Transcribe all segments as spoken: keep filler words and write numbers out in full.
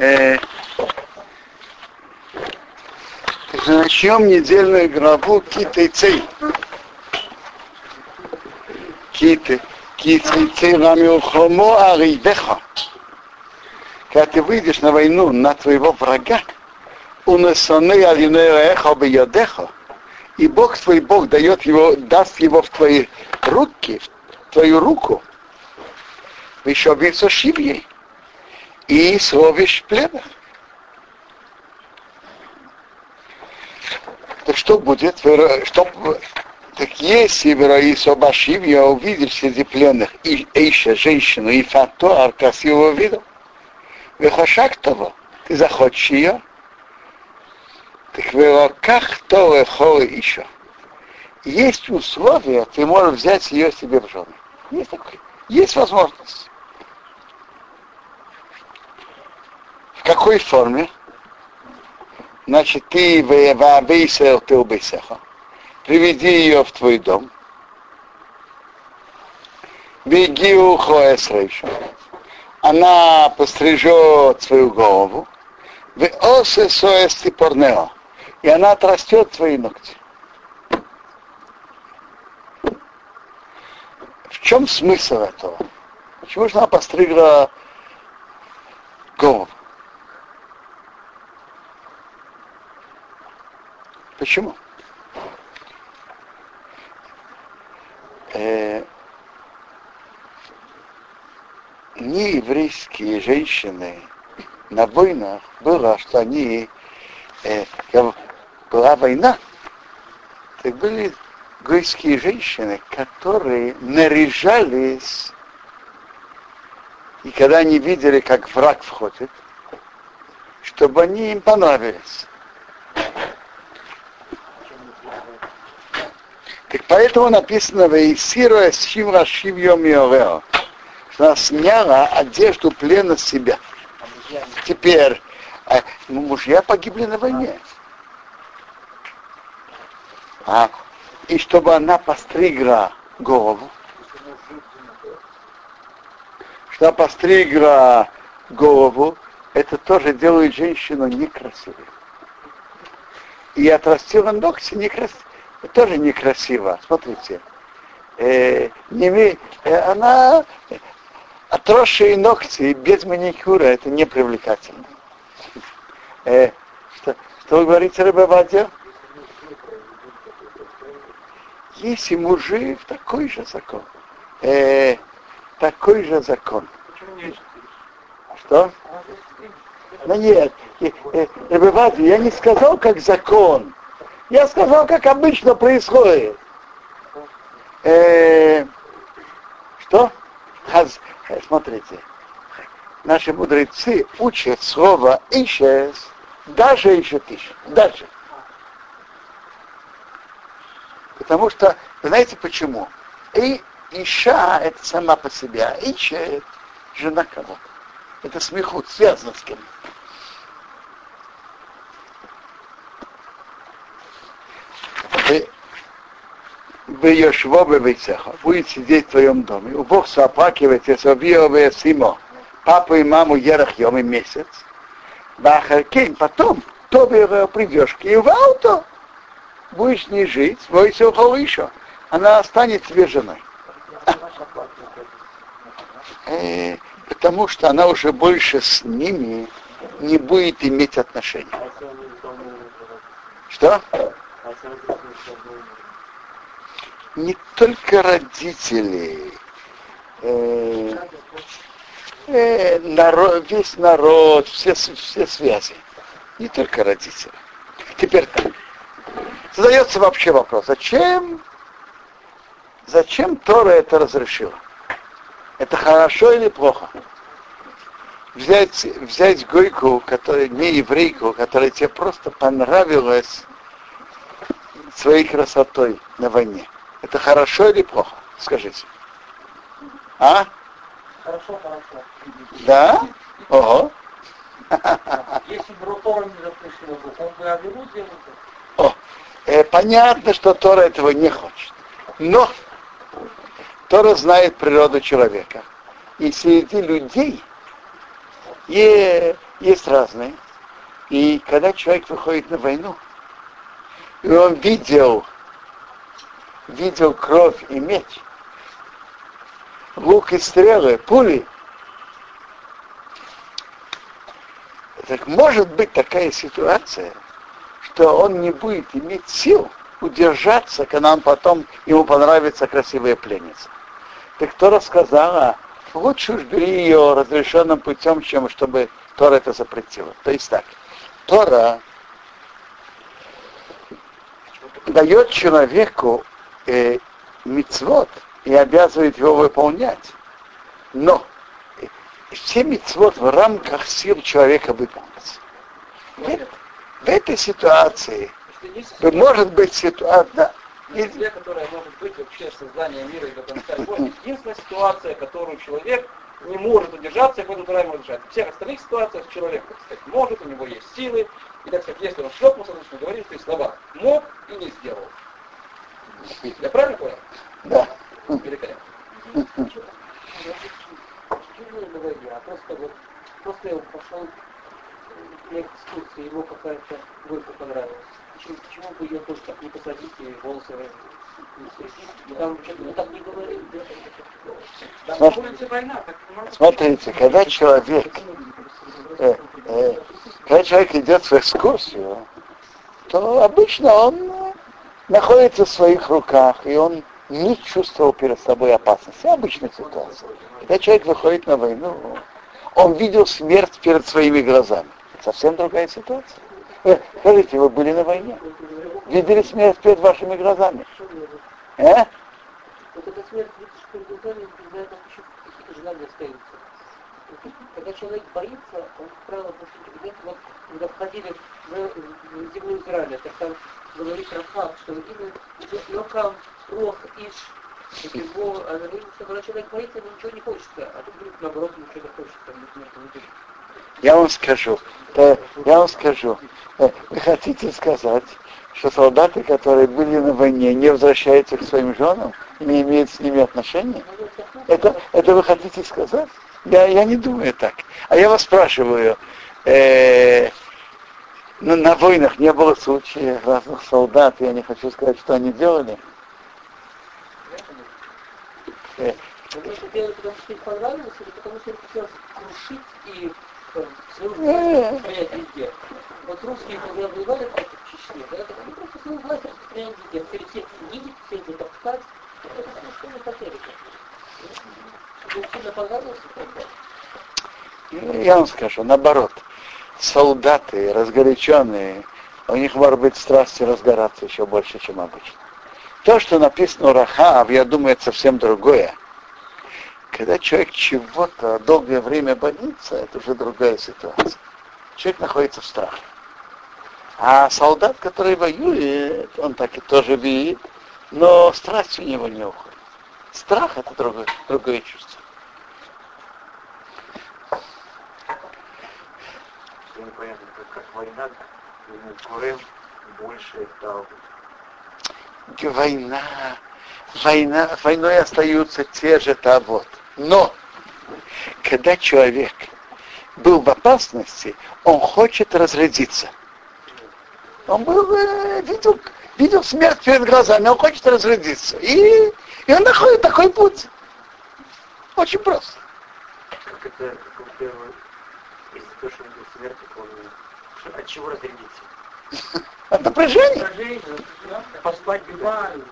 Э, начнем недельную главу Киты Цей. Киты. Киты Цей Рамилхомо Аридеха. Когда ты выйдешь на войну на твоего врага, унесоны алинереха бьядеха, и Бог твой Бог дает его, даст его в твои руки, в твою руку, еще биться шибьей, и словишь пленных. Так что будет? Что, так если в Собашивья увидишь среди пленных и Эйша, женщину, и Фатуар красивого вида, выхошак того, ты захочешь ее, так в руках то хоры еще. Есть условия, ты можешь взять ее себе в жены. Есть такое. Есть возможность. В какой форме? Значит, ты в Абейсер, ты убейсеха. Приведи ее в твой дом. Беги у Хоэсрейша. Она пострижет свою голову. В осе соэсти порнео. И она отрастет твои ногти. В чем смысл этого? Почему же она постригла голову? Почему? Э, нееврейские женщины на войнах было, что они э, была война, так были гойские женщины, которые наряжались, и когда они видели, как враг входит, чтобы они им понравились. Так поэтому написано «Вейсиро эсхивра шивьем йорео», что она сняла одежду плена с себя. Теперь, ну, мужья погибли на войне. А, и чтобы она постригла голову, что она постригла голову, это тоже делает женщину некрасивой. И отрастила ногти некрасивой. Тоже некрасиво. Смотрите. Э, не, э, она отросшие ногти без маникюра, это не привлекательно. Э, что, что вы говорите, Ребе Вадя? Если мужик, такой же закон. Э, такой же закон. Что? Ну нет. Э, э, Ребе Вадя, я не сказал, как закон. Я сказал, как обычно происходит. Э, что? Хаз, смотрите. Наши мудрецы учат слово «ишес», даже ищет ищет. Даже. Потому что, знаете почему? И иша — это сама по себе, а ищет — жена кого-то. Это смехут, связано с кем-то. Будет сидеть в твоем доме. У Бог соплакивает, если Симо, папу и маму ерах йом и месяц. Бахаркин, потом то придешь к ней в ауто, будешь не жить, бойся ухол еще. Она станет тебе женой. Э, потому что она уже больше с ними не будет иметь отношений. Что? Не только родители, э, э, народ, весь народ, все, все связи. Не только родители. Теперь так. Задается вообще вопрос, зачем, зачем Тора это разрешила? Это хорошо или плохо? Взять, взять гойку, которая не еврейку, которая тебе просто понравилась своей красотой на войне. Это хорошо или плохо? Скажите. А? Хорошо, хорошо. Да? Ого. Если бы Тора не запрещила, он бы Авиру делал. О, э, понятно, что Тора этого не хочет. Но Тора знает природу человека. И среди людей есть разные. И когда человек выходит на войну, и он видел, видел кровь и меч, лук и стрелы, пули, так может быть такая ситуация, что он не будет иметь сил удержаться, когда он потом, ему понравится красивая пленница. Так Тора сказала, лучше уж бери ее разрешенным путем, чем чтобы Тора это запретила. То есть так, Тора дает человеку э, мицвот и обязывает его выполнять. Но все мицвот в рамках сил человека выполнятся. В, в этой ситуации может быть ситуация... Да, Есть, которая может быть вообще создание мира и до конца. Единственная ситуация, которую человек не может удержаться, и поэтому Тора может решать. В всех остальных ситуациях человек, так сказать, может, у него есть силы, и, так сказать, если он шлепнулся, значит, мы говорим, что и слова мог и не сделал. Я правильно понял? Да. Великолепно. А просто вот после он пошел на экскурсию, ему какая-то горько понравилась. Почему, почему бы ее тоже так не посадить и волосы не светить? Ну там что-то ну, так не говорили. Там находится война. Так, Смотрите, когда человек, э, э, когда человек идет в экскурсию, то обычно он находится в своих руках, и он не чувствовал перед собой опасности. Обычная ситуация. Когда человек выходит на войну, он видел смерть перед своими глазами. Совсем другая ситуация. Э, скажите, вы были на войне? Видели смерть перед вашими глазами? Э? Вот эта смерть, видишь, перед глазами, когда там еще какие-то желания остаются. Когда человек боится, он, как правило, после вот, когда входили в, в землю Израиля, так там говорит Рахав, что именно легком рох иш, его, а когда человек боится, ему ничего не хочется, а тут говорит, наоборот, ничего не хочется. Я вам скажу, э, я вам скажу, э, вы хотите сказать, что солдаты, которые были на войне, не возвращаются к своим женам, не имеют с ними отношения? Это, это вы хотите сказать? Я, я не думаю так. А я вас спрашиваю, э, на, на войнах не было случаев разных солдат, я не хочу сказать, что они делали. Э, Вы это делали, потому что им понравилось, или потому что им хотелось крушить и свою власть распространять везде? Вот русские, когда воевали в Чечне, это они просто свою власть распространяли везде. Хотели всех видеть, всех затоптать. Это что не хотели. Им сильно понравилось? Я вам скажу, наоборот, солдаты разгоряченные, у них может быть страсти разгораться еще больше, чем обычно. То, что написано у Рахав, я думаю, это совсем другое. Когда человек чего-то долгое время боится, это уже другая ситуация. Человек находится в страхе. А солдат, который воюет, он так и тоже видит, но страсть у него не уходит. Страх — это другое, другое чувство. Непонятно, как война, Курем больше дал. Война, война, войной остаются те же тавод. Но, когда человек был в опасности, он хочет разрядиться. Он был, э, видел, видел смерть перед глазами, он хочет разрядиться. И, и он находит такой путь. Очень просто. Как это, как будто из-за того, что он видел смерть, он от чего разрядиться? От напряжения. Поспать бывает.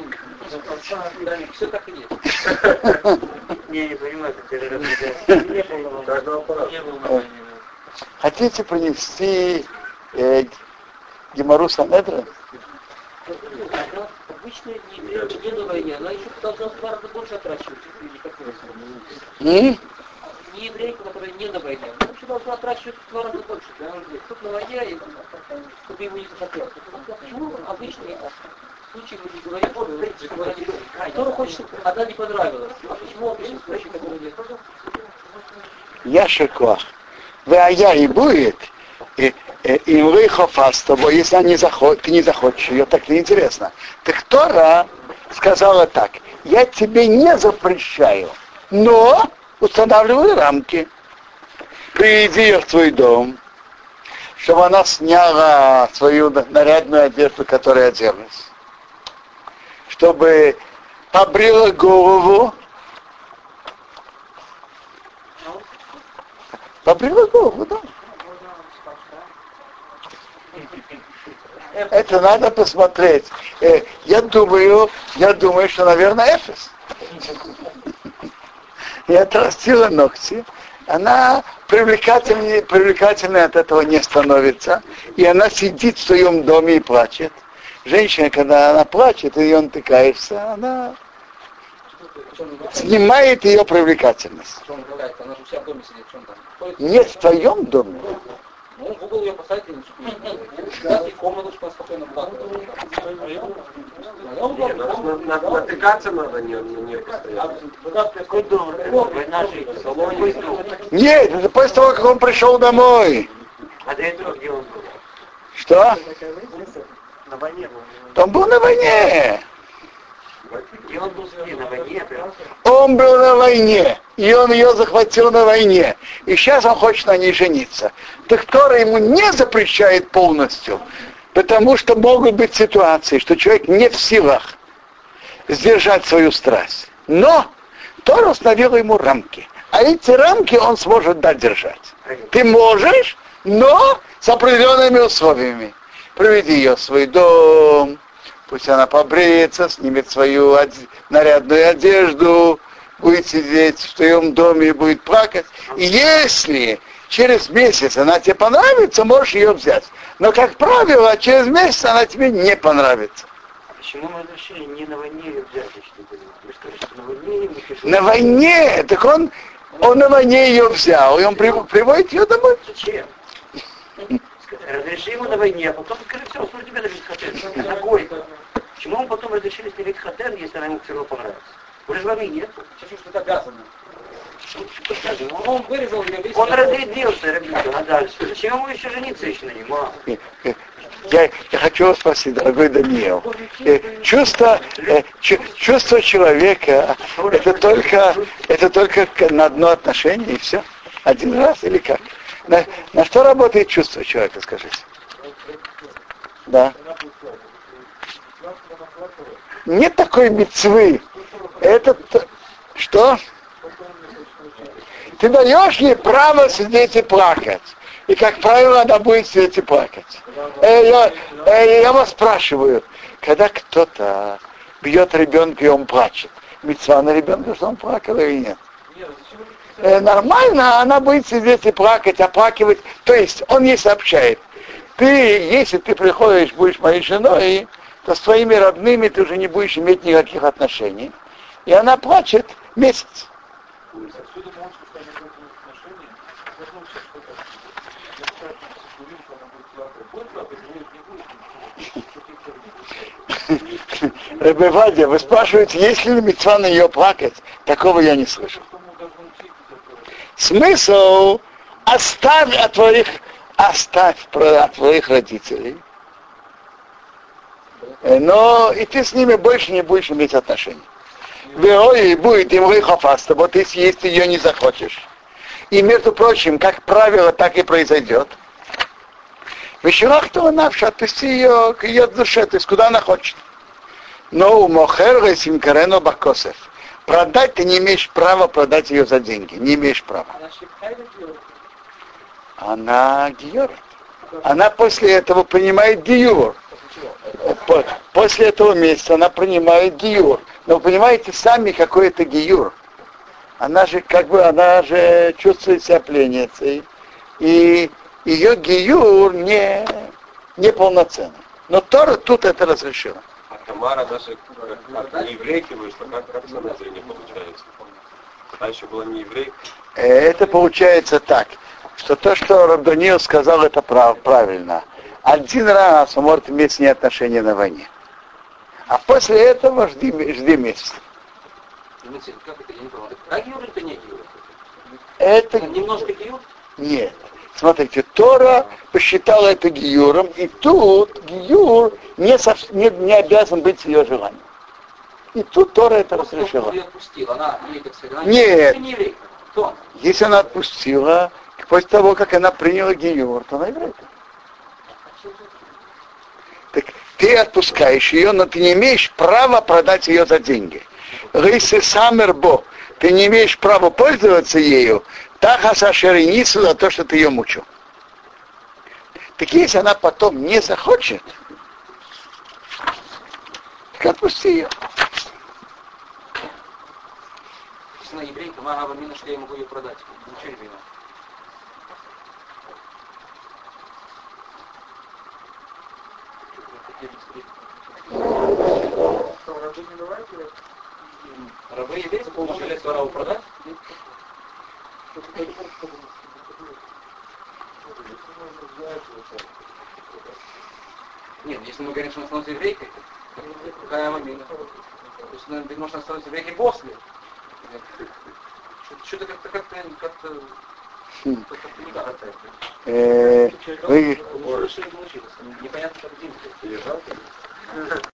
Все так и есть. Я не понимаю, как это разрядиться. Не было на войне. Хотите принести э, Гемару Санедрин? Обычно не, не на войне, она еще должна в два раза больше отращивать. И? Не еврейка, которая не на войне, она вообще должна отращивать в два раза больше. Тут на войне, и чтобы ему не захотелось. Почему обычно в случае мы не говорим, что кто хочет, одна не понравилась. А почему обычно в случае, который нет? Я шоколад. Вы а я и будет, и им выхофа с тобой, если они заход, ты не захочешь ее, так неинтересно. Так Тора сказала так: я тебе не запрещаю, но устанавливаю рамки. приведи ее в твой дом, чтобы она сняла свою нарядную одежду, которая оделась, чтобы побрила голову, побрила голову, да. Это надо посмотреть. Я думаю, я думаю, что, наверное, Эфес. И отрастила ногти. Она привлекательнее, привлекательной от этого не становится. И она сидит в своем доме и плачет. Женщина, когда она плачет, и ее натыкаешься, она снимает ее привлекательность. Она же у себя в доме сидит, в чем там? Нет, в твоем доме. Ну, в угол ее поставить и ничего. И комнату, чтобы спокойно плакала. Натыкаться надо, не не постоянно. Какой дом? Война жить. Нет, это после того, как он пришел домой. А до этого где он был? Что? На войне был. Он был на войне. Где он был где? На войне? Он был на войне, и он ее захватил на войне. И сейчас он хочет на ней жениться. Так Тора ему не запрещает полностью, потому что могут быть ситуации, что человек не в силах сдержать свою страсть. Но Тора установила ему рамки. А эти рамки он сможет дать держать. Ты можешь, но с определенными условиями. Приведи ее в свой дом, пусть она побреется, снимет свою од... нарядную одежду, будет сидеть в твоем доме и будет плакать. И если через месяц она тебе понравится, можешь ее взять. Но, как правило, через месяц она тебе не понравится. Почему мы решили не на войне ее взять? Вы сказали, что на войне ему тяжело. На войне! Так он, он на войне ее взял, и он приводит ее домой. Зачем? Разреши ему на войне, а потом скажи, все, он тебе даже хатен. Ногой. Почему он потом разрешили снимать хатен, если она ему все равно понравится? Уже же войны нет. Чуть-чуть что-то обязано. Он вырезал ее весь. Он разрядился, ребята, а дальше. Зачем ему еще жениться еще на нем? А? Я, я хочу вас спросить, дорогой Даниил. Чувство, чувство человека это только, это только на одно отношение и все? Один раз или как? На, на что работает чувство человека, скажите? Да. Нет такой мицвы. Это что? Ты даешь ей право сидеть и плакать. И, как правило, она будет сидеть и плакать. Э, я, э, я вас спрашиваю, когда кто-то бьет ребенка и он плачет, мицва на ребенка, что он плакал или нет? Э, нормально, она будет сидеть и плакать, оплакивать. То есть он ей сообщает, ты, если ты приходишь, будешь моей женой, то с твоими родными ты уже не будешь иметь никаких отношений. И она плачет месяц. Ребе Вадя, вы спрашиваете, есть ли мицва на нее плакать? Такого я не слышал. Смысл оставь от твоих, оставь от твоих родителей. Но и ты с ними больше не будешь иметь отношений. Ой, будет им выхофаста, вот если, если ты ее не захочешь. И между прочим, как правило, так и произойдет. Вечерах-то навша, отпусти ее к ее душе, то есть куда она хочет. Но у Мохер Симкарено Бакосев. Продать ты не имеешь права продать ее за деньги. Не имеешь права. Она гиюр. Она после этого принимает гиюр. После этого месяца она принимает гиюр. Но вы понимаете сами, какой это гиюр. Она же как бы, она же чувствует себя пленницей. И ее гиюр не, не полноценный. Но Тора тут это разрешила. А Тамара даже как не еврейки вышла, как, как самозрение получается? Она еще была не еврейка. Это получается так, что то, что Рав Даниил сказал, это прав, правильно. Один раз он может иметь с ней отношения на войне. А после этого жди, жди месяц. Как это, я не понимаю. А гиюр это не гиюр? Это... Немножко гиюр? Нет. Смотрите, Тора посчитала это гиюром, и тут гиюр не, сов... не, не обязан быть ее желанием. И тут Тора это разрешила. Ее отпустила, она, ей, так сказать, она Нет. не еврейка. Кто? Если она отпустила, после того, как она приняла гиюр, то она еврейка. Так ты отпускаешь ее, но ты не имеешь права продать ее за деньги. Рыси самербо, ты не имеешь права пользоваться ею, тахаса шереницу за то, что ты ее мучил. Так если она потом не захочет, так отпусти ее. Если она еврейка, мага мина, что я могу ее продать. Ничего не понимаю. Рабы еврейцы получили право продать? Нет, если мы говорим, что она становится еврейкой, какая мамина? То есть, она, может, она становится еврейкой после. Что-то как-то как-то как-то как-то не как-то. Вы... Непонятно, как